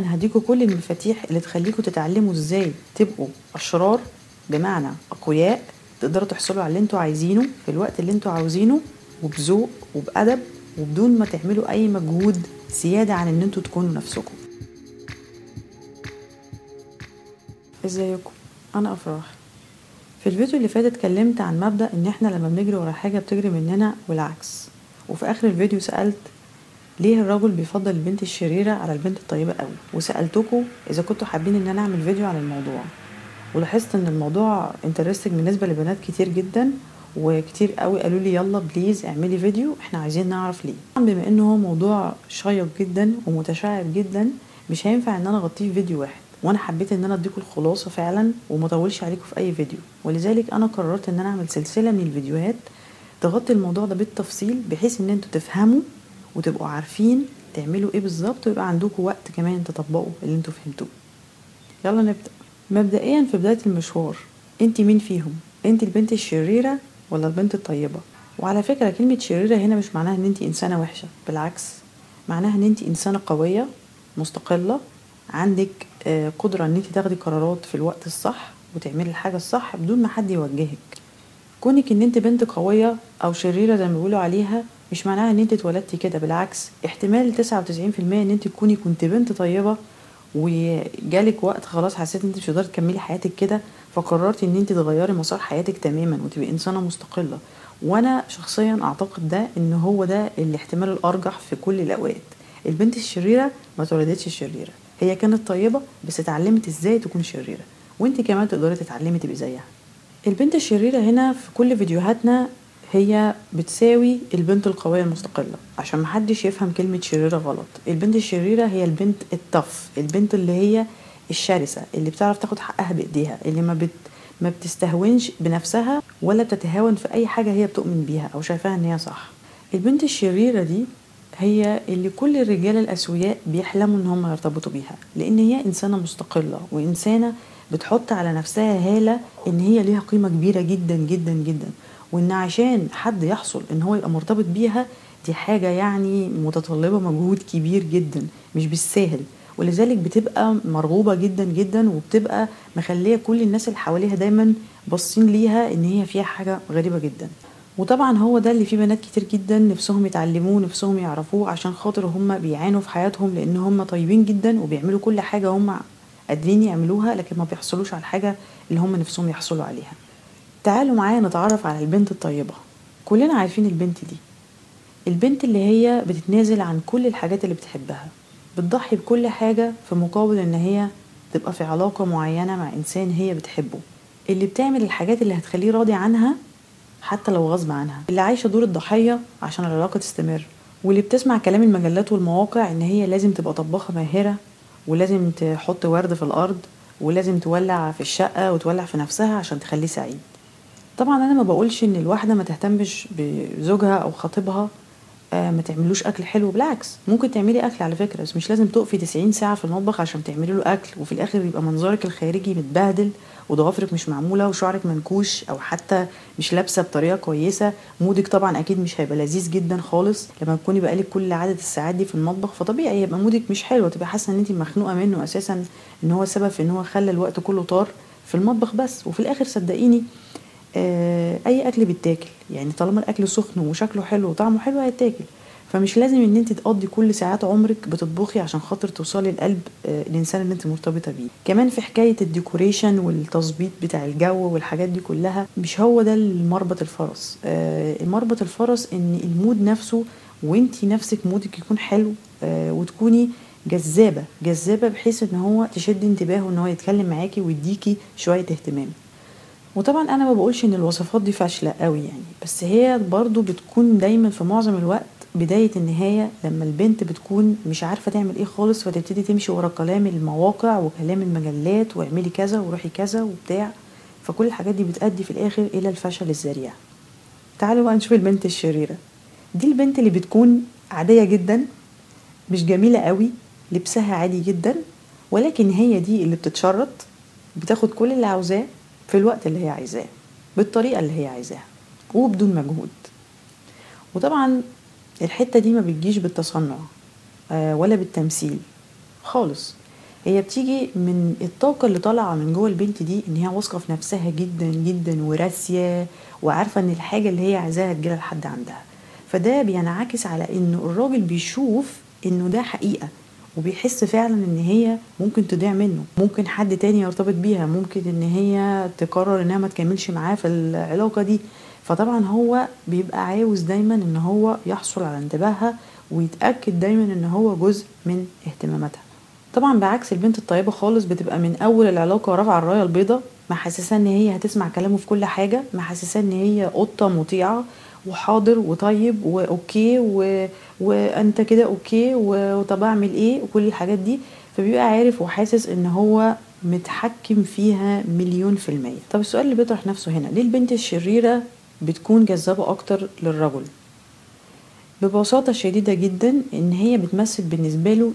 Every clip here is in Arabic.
انا هديكوا كل المفاتيح اللي تخليكوا تتعلموا ازاي تبقوا اشرار، بمعنى اقوياء، تقدروا تحصلوا على اللي انتوا عايزينه في الوقت اللي انتوا عاوزينه وبذوق وبأدب وبدون ما تعملوا اي مجهود زيادة عن ان انتوا تكونوا نفسكم. ازيكم؟ انا افراح. في الفيديو اللي فات اتكلمت عن مبدأ ان احنا لما بنجري ورا حاجة بتجري مننا والعكس، وفي اخر الفيديو سألت ليه الرجل بيفضل البنت الشريرة على البنت الطيبة قوي، وسألتكم اذا كنتوا حابين ان انا اعمل فيديو عن الموضوع، ولاحظت ان الموضوع انترستنج بالنسبة لبنات كتير جدا، وكتير قوي قالوا لي يلا بليز اعملي فيديو، احنا عايزين نعرف ليه. بما انه هو موضوع شيق جدا ومتشعب جدا مش هينفع ان انا اغطيه في فيديو واحد، وانا حبيت ان انا اديكم الخلاصة فعلا ومطولش عليكم في اي فيديو، ولذلك انا قررت ان انا اعمل سلسلة من الفيديوهات تغطي الموضوع ده بالتفصيل، بحيث ان انتوا تفهموا وتبقوا عارفين تعملوا ايه بالظبط، ويبقى عندكم وقت كمان تطبقوا اللي انتوا فهمتوه. يلا نبدأ. مبدئيا في بداية المشوار، انت مين فيهم؟ انت البنت الشريرة ولا البنت الطيبة؟ وعلى فكرة كلمة شريرة هنا مش معناها ان انت انسانة وحشة، بالعكس معناها ان انت انسانة قوية مستقلة، عندك قدرة ان انت تاخدي قرارات في الوقت الصح وتعملي الحاجة الصح بدون ما حد يوجهك. كونك ان انت بنت قوية او شريرة زي ما بيقولوا عليها مش معناها ان انت اتولدتي كده، بالعكس احتمال 99% ان انت تكوني كنت بنت طيبة وجالك وقت خلاص حسيت ان انت مش هتقدري تكملي حياتك كده، فقررتي ان انت تغيري مسار حياتك تماما وتبقي انسانة مستقلة. وانا شخصيا اعتقد ده ان هو ده الاحتمال الارجح في كل الاوقات. البنت الشريرة ما اتولدتش شريرة، هي كانت طيبة بس اتعلمت ازاي تكون شريرة، وانت كمان تقدري تتعلمي تبقي زيها. البنت الشريرة هنا في كل فيديوهاتنا هي بتساوي البنت القوية المستقلة، عشان محدش يفهم كلمة شريرة غلط. البنت الشريرة هي البنت الطف، البنت اللي هي الشرسة، اللي بتعرف تاخد حقها بإيديها، اللي ما بتستهونش بنفسها ولا بتتهاون في أي حاجة هي بتؤمن بيها أو شايفاها إن هي صح. البنت الشريرة دي هي اللي كل الرجال الأسوياء بيحلموا إن هم يرتبطوا بيها، لأن هي إنسانة مستقلة وإنسانة بتحط على نفسها هالة ان هي ليها قيمة كبيرة جدا جدا جدا، وان عشان حد يحصل ان هو يبقى مرتبط بيها دي حاجة يعني متطلبة مجهود كبير جدا مش بالساهل، ولذلك بتبقى مرغوبة جدا جدا، وبتبقى مخلية كل الناس اللي حواليها دايما باصين ليها ان هي فيها حاجة غريبة جدا. وطبعا هو ده اللي فيه بنات كتير جدا نفسهم يتعلموه، نفسهم يعرفوه، عشان خاطر هم بيعانوا في حياتهم لان هم طيبين جدا وبيعملوا كل حاجة هم قادرين يعملوها، لكن ما بيحصلوش على الحاجة اللي هم نفسهم يحصلوا عليها. تعالوا معايا نتعرف على البنت الطيبة. كلنا عارفين البنت دي، البنت اللي هي بتتنازل عن كل الحاجات اللي بتحبها، بتضحي بكل حاجة في مقابل ان هي تبقى في علاقة معينة مع انسان هي بتحبه، اللي بتعمل الحاجات اللي هتخليه راضي عنها حتى لو غصب عنها، اللي عايشة دور الضحية عشان العلاقة تستمر، واللي بتسمع كلام المجلات والمواقع ان هي لازم تبقى طباخة ماهرة، ولازم تحط ورد في الارض، ولازم تولع في الشقة وتولع في نفسها عشان تخليه سعيد. طبعا انا ما بقولش ان الواحدة ما تهتمش بزوجها او خطيبها ما تعملوش اكل حلو، بالعكس ممكن تعملي اكل على فكرة، بس مش لازم تقفي 90 ساعة في المطبخ عشان تعملي له اكل وفي الاخر يبقى منظرك الخارجي متبهدل وضوافرك مش معمولة وشعرك منكوش او حتى مش لابسة بطريقة كويسة. مودك طبعا اكيد مش هيبقى لذيذ جدا خالص لما تكوني بقالك كل عدد الساعات دي في المطبخ، فطبيعي يبقى مودك مش حلو، تبقى حاسة ان انت مخنوقة منه اساسا، ان هو سبب في ان هو خلى الوقت كله طار في المطبخ بس. وفي الاخر صدقيني اي اكل بيتاكل، يعني طالما الاكل سخن وشكله حلو وطعمه حلو هيتاكل، فمش لازم ان انت تقضي كل ساعات عمرك بتطبخي عشان خاطر توصلي لقلب الانسان اللي انت مرتبطه بيه. كمان في حكايه الديكوريشن والتظبيط بتاع الجو والحاجات دي كلها مش هو ده المربط الفرس. المربط الفرس ان المود نفسه وانت نفسك مودك يكون حلو، وتكوني جذابه جذابه بحيث ان هو تشد انتباهه ان هو يتكلم معاكي ويديكي شويه اهتمام. وطبعا انا ما بقولش ان الوصفات دي فاشله قوي يعني، بس هي برضو بتكون دايما في معظم الوقت بداية النهاية لما البنت بتكون مش عارفة تعمل ايه خالص، فتبتدي تمشي ورا كلام المواقع وكلام المجلات واعملي كذا وروحي كذا وبتاع، فكل الحاجات دي بتؤدي في الاخر الى الفشل الذريع. تعالوا بقى نشوف البنت الشريرة دي. البنت اللي بتكون عادية جدا، مش جميلة قوي، لبسها عادي جدا، ولكن هي دي اللي بتتشرط، بتاخد كل اللي عاوزاه في الوقت اللي هي عايزاه بالطريقة اللي هي عايزاها وبدون مجهود. وطبعا الحتة دي ما بتجيش بالتصنع ولا بالتمثيل خالص، هي بتيجي من الطاقة اللي طالعة من جوه البنت دي، ان هي واثقة في نفسها جدا جدا وراسية، وعارفة ان الحاجة اللي هي عايزاها تجيلها لحد عندها. فده بينعكس على انه الراجل بيشوف انه ده حقيقة، وبيحس فعلا ان هي ممكن تضيع منه، ممكن حد تاني يرتبط بيها، ممكن ان هي تقرر انها ما تكملش معاه في العلاقة دي. فطبعا هو بيبقى عاوز دايما ان هو يحصل على انتباهها، ويتأكد دايما ان هو جزء من اهتماماتها. طبعا بعكس البنت الطيبة خالص، بتبقى من اول العلاقة رافعة الراية البيضة، محسسة ان هي هتسمع كلامه في كل حاجة، محسسة ان هي قطة مطيعة وحاضر وطيب واوكي وانت كده اوكي وطب اعمل ايه وكل الحاجات دي. فبيبقى عارف وحاسس ان هو متحكم فيها 1,000,000%. طب السؤال اللي بيطرح نفسه هنا، ليه البنت الشريرة بتكون جذابة اكتر للرجل؟ ببساطة شديدة جدا ان هي بتمثل بالنسبة له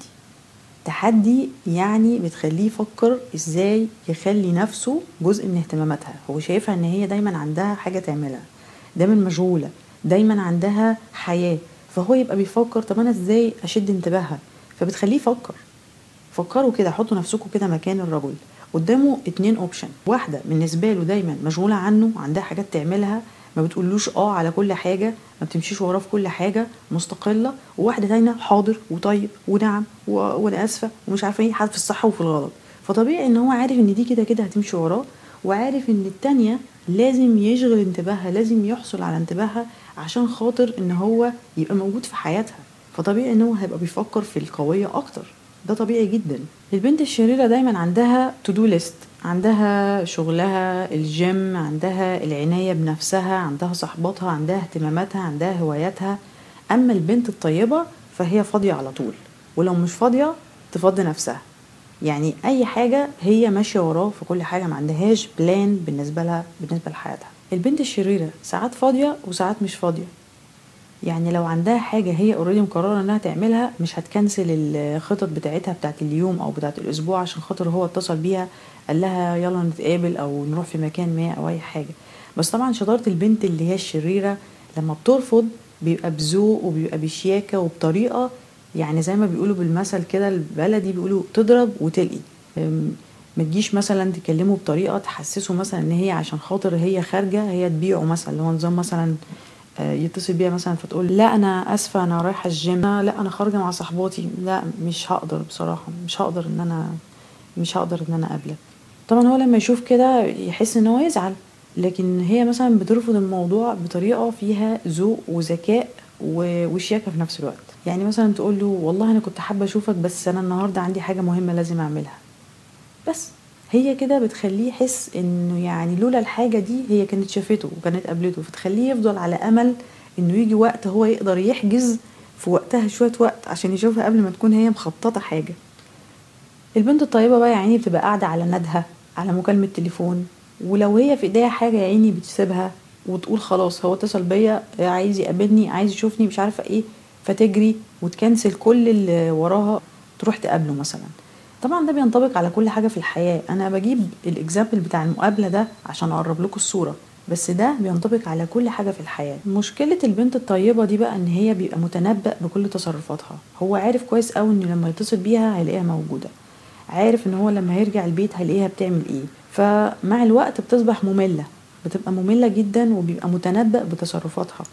تحدي، يعني بتخليه يفكر ازاي يخلي نفسه جزء من اهتماماتها. هو شايفها ان هي دايما عندها حاجة تعملها، دايما مشغولة، دايما عندها حياة، فهو يبقى بيفكر طب انا ازاي اشد انتباهها. فبتخليه يفكر. فكروا كده، حطوا نفسكم كده مكان الرجل، قدامه 2 اوبشن. واحدة بالنسبة له دايما مشغولة عنه، عندها حاجات تعملها، ما بتقولوش على كل حاجة، ما بتمشيش وراه في كل حاجة، مستقلة. وواحدة تانية حاضر وطيب ونعم وانا اسفة ومش عارفة ايه، حد في الصح وفي الغلط. فطبيعي ان هو عارف ان دي كده كده هتمشي وراه، وعارف ان التانية لازم يشغل انتباهها، لازم يحصل على انتباهها عشان خاطر ان هو يبقى موجود في حياتها. فطبيعي ان هو هيبقى بيفكر في القوية اكتر، ده طبيعي جدا. البنت الشريرة دايما عندها تو دو ليست، عندها شغلها، الجيم، عندها العناية بنفسها، عندها صحباتها، عندها اهتماماتها، عندها هواياتها. اما البنت الطيبة فهي فاضية على طول، ولو مش فاضية تفضي نفسها. يعني اي حاجة هي ماشية وراه في كل حاجة، ما عندهاش بلان بالنسبة لها، بالنسبة لحياتها. البنت الشريرة ساعات فاضية وساعات مش فاضية. يعني لو عندها حاجة هي اوريدي مقررة انها تعملها، مش هتكنسل الخطط بتاعتها بتاعت اليوم او بتاعت الاسبوع عشان خاطر هو اتصل بيها قال لها يلا نتقابل او نروح في مكان ما او اي حاجة. بس طبعا شطارة البنت اللي هي الشريرة لما بترفض بيبقى بذوق وبيبقى بشياكة وبطريقة، يعني زي ما بيقولوا بالمثل كده البلدي، بيقولوا تضرب وتلقي. ما تجيش مثلا تكلمه بطريقة تحسسه مثلا ان هي عشان خاطر هي خارجة هي تبيعه، مثلا اللي هو نظام مثلا يتصل بيها مثلا فتقول لا انا اسفه انا رايحه الجيم، لا انا خارجه مع صحباتي، لا مش هقدر بصراحه، مش هقدر ان انا اقابلك. طبعا هو لما يشوف كده يحس ان هو يزعل، لكن هي مثلا بترفض الموضوع بطريقه فيها ذوق وذكاء وشياكه في نفس الوقت. يعني مثلا تقول له والله انا كنت حابه اشوفك بس انا النهارده عندي حاجه مهمه لازم اعملها. بس هي كده بتخليه يحس انه يعني لولا الحاجة دي هي كانت شافته وكانت قابلته، فتخليه يفضل على امل انه يجي وقت هو يقدر يحجز في وقتها شوية وقت عشان يشوفها قبل ما تكون هي مخططة حاجة. البنت الطيبة بقى يعني بتبقى قاعدة على ندها، على مكالمة تليفون، ولو هي في ايديها حاجة يعني بتسيبها وتقول خلاص هو اتصل بيا عايز يقابلني عايز يشوفني مش عارفة ايه، فتجري وتكنسل كل اللي وراها تروح تقابله مثلا. طبعا ده بينطبق على كل حاجة في الحياة، انا بجيب الاكزامبل بتاع المقابلة ده عشان اقرب لكم الصورة، بس ده بينطبق على كل حاجة في الحياة. مشكلة البنت الطيبة دي بقى ان هي بيبقى متنبأ بكل تصرفاتها، هو عارف كويس قوي ان لما يتصل بيها هيلاقيها موجودة، عارف ان هو لما هيرجع البيت هيلاقيها بتعمل ايه. فمع الوقت بتصبح مملة، بتبقى مملة جدا وبيبقى متنبأ بتصرفاتها.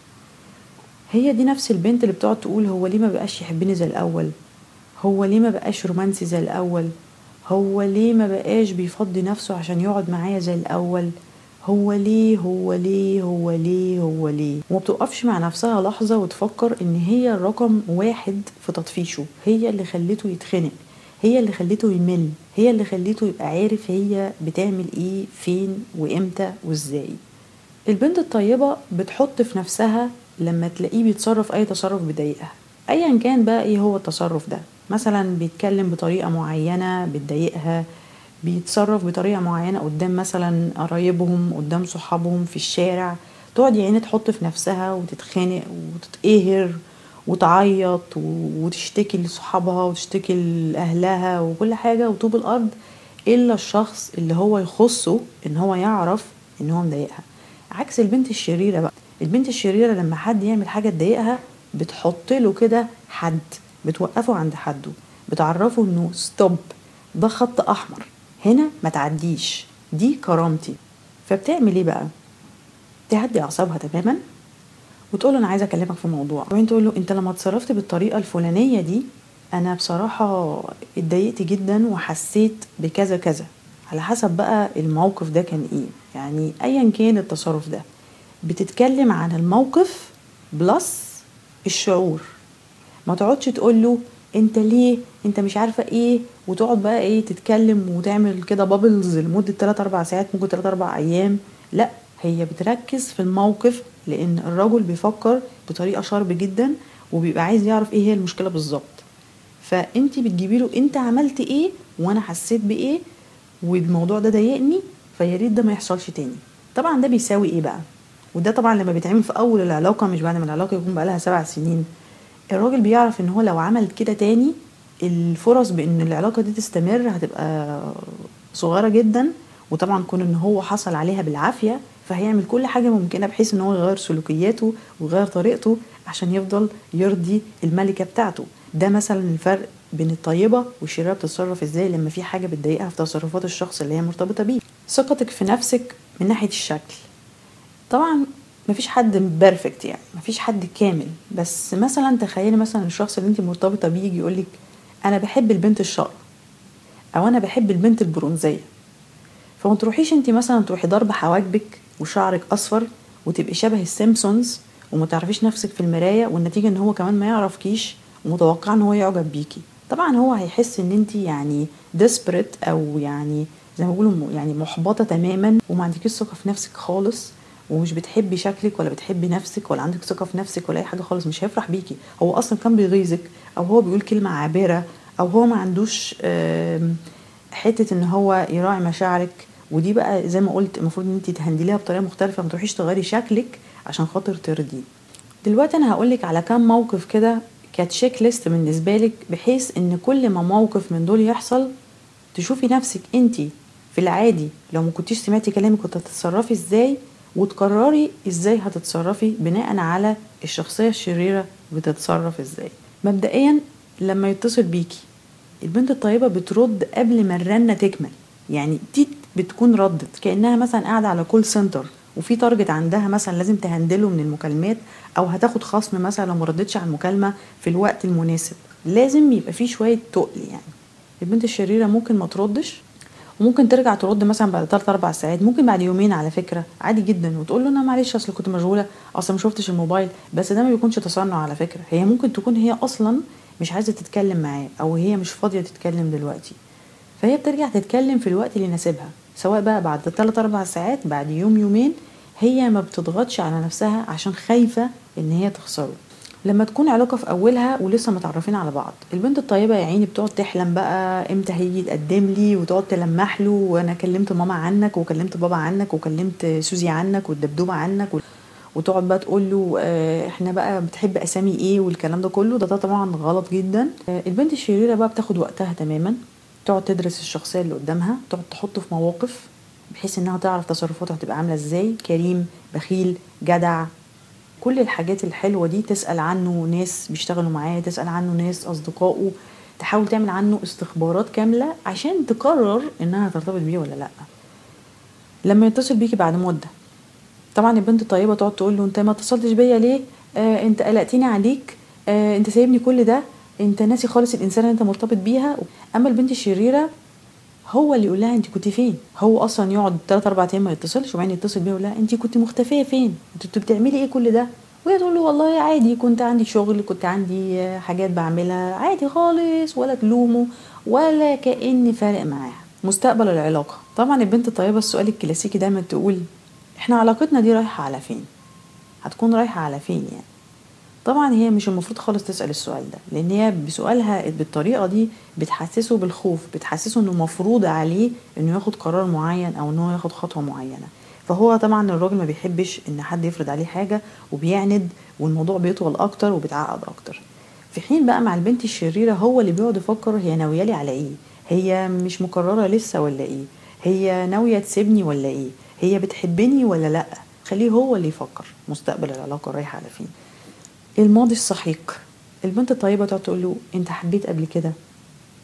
هي دي نفس البنت اللي بتقعد تقول هو ليه ما بقاش يحبني زي الاول، هو ليه ما بقاش رومانسي زي الاول، هو ليه ما بقاش بيفضي نفسه عشان يقعد معايا زي الاول، هو ليه هو ليه هو ليه هو ليه. وما بتوقفش مع نفسها لحظة وتفكر ان هي رقم 1 في تطفيشه، هي اللي خلته يتخنق، هي اللي خلته يمل، هي اللي خلته يبقى عارف هي بتعمل ايه فين وامتى وازاي. البنت الطيبة بتحط في نفسها لما تلاقيه بيتصرف اي تصرف بيضايقها، ايا كان بقى ايه هو التصرف ده، مثلا بيتكلم بطريقة معينة بتضايقها، بيتصرف بطريقة معينة قدام مثلا قرايبهم قدام صحابهم في الشارع، تقعد يعني تحط في نفسها وتتخانق وتتقهر وتعيط وتشتكي لصحابها وتشتكي لأهلها وكل حاجة وطوب الأرض، إلا الشخص اللي هو يخصه إن هو يعرف إن هو مضايقها. عكس البنت الشريرة بقى، البنت الشريرة لما حد يعمل حاجة تضايقها بتحط له كده حد، بتوقفه عند حده، بتعرفه إنه ستوب، ده خط احمر، هنا ما تعديش، دي كرامتي. فبتعمل ايه بقى؟ تهدي اعصابها تماما وتقول له انا عايزه اكلمك في موضوع، وانت تقول له انت لما اتصرفت بالطريقه الفلانيه دي انا بصراحه اتضايقت جدا وحسيت بكذا كذا، على حسب بقى الموقف ده كان ايه، يعني ايا كان التصرف ده بتتكلم عن الموقف بلس الشعور. ما تقعدش تقول له انت ليه انت مش عارفه ايه، وتقعد بقى ايه تتكلم وتعمل كده بابلز لمده 3 4 ساعات، ممكن 3 4 ايام. لا، هي بتركز في الموقف، لان الرجل بيفكر بطريقه شارب جدا وبيبقى عايز يعرف ايه هي المشكله بالظبط. فانت بتجيبي له انت عملت ايه وانا حسيت بايه والموضوع ده ضايقني، فياريت ده ما يحصلش تاني. طبعا ده بيساوي ايه بقى؟ وده طبعا لما بيتعمل في اول العلاقه، مش بعد ما العلاقه يكون بقى لها 7 سنين. الراجل بيعرف ان هو لو عمل كده تاني الفرص بان العلاقه دي تستمر هتبقى صغيره جدا، وطبعا كون ان هو حصل عليها بالعافيه فهيعمل كل حاجه ممكنه بحيث ان هو يغير سلوكياته ويغير طريقته عشان يفضل يرضي الملكه بتاعته. ده مثلا الفرق بين الطيبه والشريره بتتصرف ازاي لما في حاجه بتضايقها في تصرفات الشخص اللي هي مرتبطه بيه. ثقتك في نفسك من ناحيه الشكل، طبعا مفيش حد بيرفكت، يعني مفيش حد كامل، بس مثلا تخيلي مثلا الشخص اللي انت مرتبطه بيه يجي يقولك انا بحب البنت الشقراء او انا بحب البنت البرونزيه، فما تروحيش انت مثلا تروحي ضربه حواجبك وشعرك اصفر وتبقي شبه السيمبسونز وما تعرفيش نفسك في المرايه، والنتيجه ان هو كمان ما يعرفكيش ومتوقع ان هو يعجب بيكي. طبعا هو هيحس ان انت يعني ديسبريت او يعني زي ما بيقولوا يعني محبطه تماما وما عندكيش ثقه في نفسك خالص، ومش بتحبي شكلك ولا بتحبي نفسك ولا عندك ثقه في نفسك ولا اي حاجه خالص. مش هيفرح بيكي، هو اصلا كان بيغيظك او هو بيقول كلمه عابره او هو ما عندوش حته ان هو يراعي مشاعرك. ودي بقى زي ما قلت المفروض ان انت تهندليها بطريقه مختلفه، ما تروحيش تغيري شكلك عشان خاطر ترضيه. دلوقتي انا هقولك على كام موقف كده كتشيك ليست بالنسبه لك، بحيث ان كل ما موقف من دول يحصل تشوفي نفسك انتي في العادي لو ما كنتيش سمعتي كلامي كنت هتتصرفي ازاي، وتقرري ازاي هتتصرفي بناء على الشخصية الشريرة بتتصرف ازاي. مبدئيا لما يتصل بيكي البنت الطيبة بترد قبل ما الرنة تكمل، يعني دي بتكون ردت كأنها مثلا قاعدة على كول سنتر وفي تارجت عندها مثلا لازم تهندله من المكالمات، او هتاخد خصم مثلا لو مردتش على المكالمة في الوقت المناسب. لازم يبقى فيه شوية تقل يعني. البنت الشريرة ممكن ما تردش وممكن ترجع ترد مثلا بعد 3 4 ساعات، ممكن بعد يومين على فكرة عادي جدا، وتقول له انا معلش اصل كنت مشغولة اصلا ما شفتش الموبايل. بس ده ما بيكونش تصنع على فكرة، هي ممكن تكون هي اصلا مش عايزة تتكلم معاه او هي مش فاضية تتكلم دلوقتي، فهي بترجع تتكلم في الوقت اللي يناسبها، سواء بقى بعد 3 4 ساعات بعد يوم يومين. هي ما بتضغطش على نفسها عشان خايفة ان هي تخسره. لما تكون علاقة في اولها ولسه متعرفين على بعض، البنت الطيبة يا عيني بتقعد تحلم بقى امتى هيجي يتقدم لي وتقعد تلمح له، وانا كلمت ماما عنك وكلمت بابا عنك وكلمت سوزي عنك والدبدوبة عنك وتقعد بقى تقول له احنا بقى بتحب اسامي ايه والكلام ده كله. ده طبعا غلط جدا. البنت الشريرة بقى بتاخد وقتها تماما، تقعد تدرس الشخصية اللي قدامها، تقعد تحطه في مواقف بحيث انها تعرف تصرفاتها هتبقى عاملة ازاي، كريم بخيل جدع، كل الحاجات الحلوة دي. تسأل عنه ناس بيشتغلوا معاه، تسأل عنه ناس أصدقائه، تحاول تعمل عنه استخبارات كاملة عشان تقرر انها ترتبط بيه ولا لا. لما يتصل بيكي بعد مدة، طبعا البنت الطيبة تقعد تقول له انت ما اتصلتش بيا ليه، انت قلقتني عليك، انت سايبني كل ده، انت ناسي خالص الانسان اللي انت مرتبط بيها. اما البنت الشريرة هو اللي يقول لها انت كنت فين، هو اصلا يقعد 3 4 ايام ما يتصلش وبعدين يتصل بيها يقول لها انت كنت مختفيه فين، انت كنت بتعملي ايه كل ده، وهي تقول له والله عادي كنت عندي شغل، كنت عندي حاجات بعملها عادي خالص، ولا تلومه ولا كأن فارق معاها. مستقبل العلاقه، طبعا البنت الطيبه السؤال الكلاسيكي دايما تقول احنا علاقتنا دي رايحه على فين، هتكون رايحه على فين يعني. طبعا هي مش المفروض خالص تسأل السؤال ده، لان هي بسؤالها بالطريقة دي بتحسسه بالخوف، بتحسسه انه مفروض عليه انه ياخد قرار معين او انه ياخد خطوة معينة. فهو طبعا الراجل ما بيحبش ان حد يفرض عليه حاجة وبيعند، والموضوع بيطول اكتر وبيتعقد اكتر. في حين بقى مع البنت الشريرة هو اللي بيقعد يفكر هي ناويالي على ايه، هي مش مقررة لسه ولا ايه، هي ناوية تسيبني ولا ايه، هي بتحبني ولا لا. خليه هو اللي يفكر مستقبل العلاقة رايحة على فين. الماضي السحيق، البنت الطيبة تقعد تقول له انت حبيت قبل كده،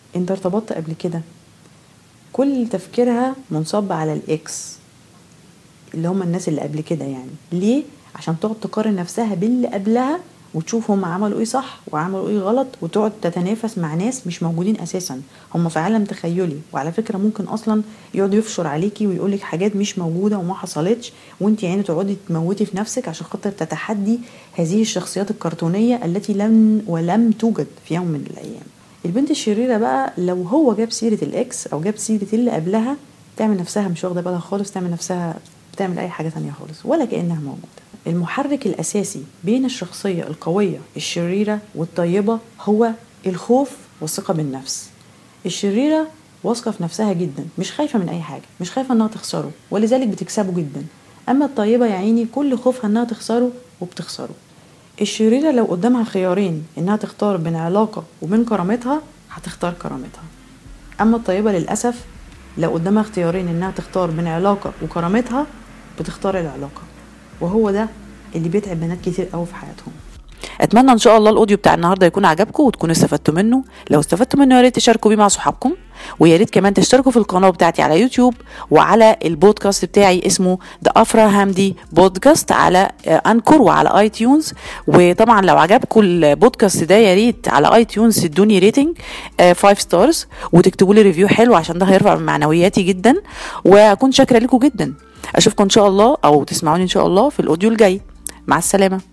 انت ارتبطت قبل كده، كل تفكيرها منصب على الاكس اللي هم الناس اللي قبل كده. يعني ليه؟ عشان تقعد تقارن نفسها باللي قبلها وتشوف هم عملوا ايه صح وعملوا ايه غلط، وتقعد تتنافس مع ناس مش موجودين اساسا، هم في عالم تخيلي. وعلى فكرة ممكن اصلا يقعد يفشر عليكي ويقولك حاجات مش موجودة وما حصلتش، وانت يعني تقعدي تموتي في نفسك عشان خاطر تتحدي هذه الشخصيات الكرتونية التي لم توجد في يوم من الايام. البنت الشريرة بقى لو هو جاب سيرة الاكس او جاب سيرة اللي قبلها، تعمل نفسها مش واخدة بالها خالص، تعمل نفسها بتعمل اي حاجة تانية خالص ولا كأنها موجودة. المحرك الأساسي بين الشخصية القوية الشريرة والطيبة هو الخوف والثقة بالنفس. الشريرة واثقة في نفسها جدا، مش خايفة من أي حاجة، مش خايفة أنها تخسره، ولذلك بتكسبه جدا. أما الطيبة يا عيني كل خوفها أنها تخسره وبتخسره. الشريرة لو قدامها خيارين أنها تختار بين علاقة وبين كرامتها، هتختار كرامتها. أما الطيبة للأسف لو قدامها اختيارين أنها تختار بين علاقة وكرامتها، بتختار العلاقة، وهو ده اللي بيتعب بنات كتير قوي في حياتهم. اتمنى ان شاء الله الاوديو بتاع النهارده يكون عجبكم وتكونوا استفدتوا منه. لو استفدتوا منه يا ريت تشاركوا بيه مع صحابكم، ويا ريت كمان تشتركوا في القناه بتاعتي على يوتيوب وعلى البودكاست بتاعي اسمه ذا افرا هامدي بودكاست على انكور وعلى اي تيونز. وطبعا لو عجبكم البودكاست ده يا ريت على اي تيونز تدوني ريتنج 5 ستارز وتكتبوا لي ريفيو حلو عشان ده هيرفع من معنوياتي جدا، واكون شاكره لكم جدا. اشوفكم ان شاء الله او تسمعوني ان شاء الله في الاوديو الجاي. مع السلامه.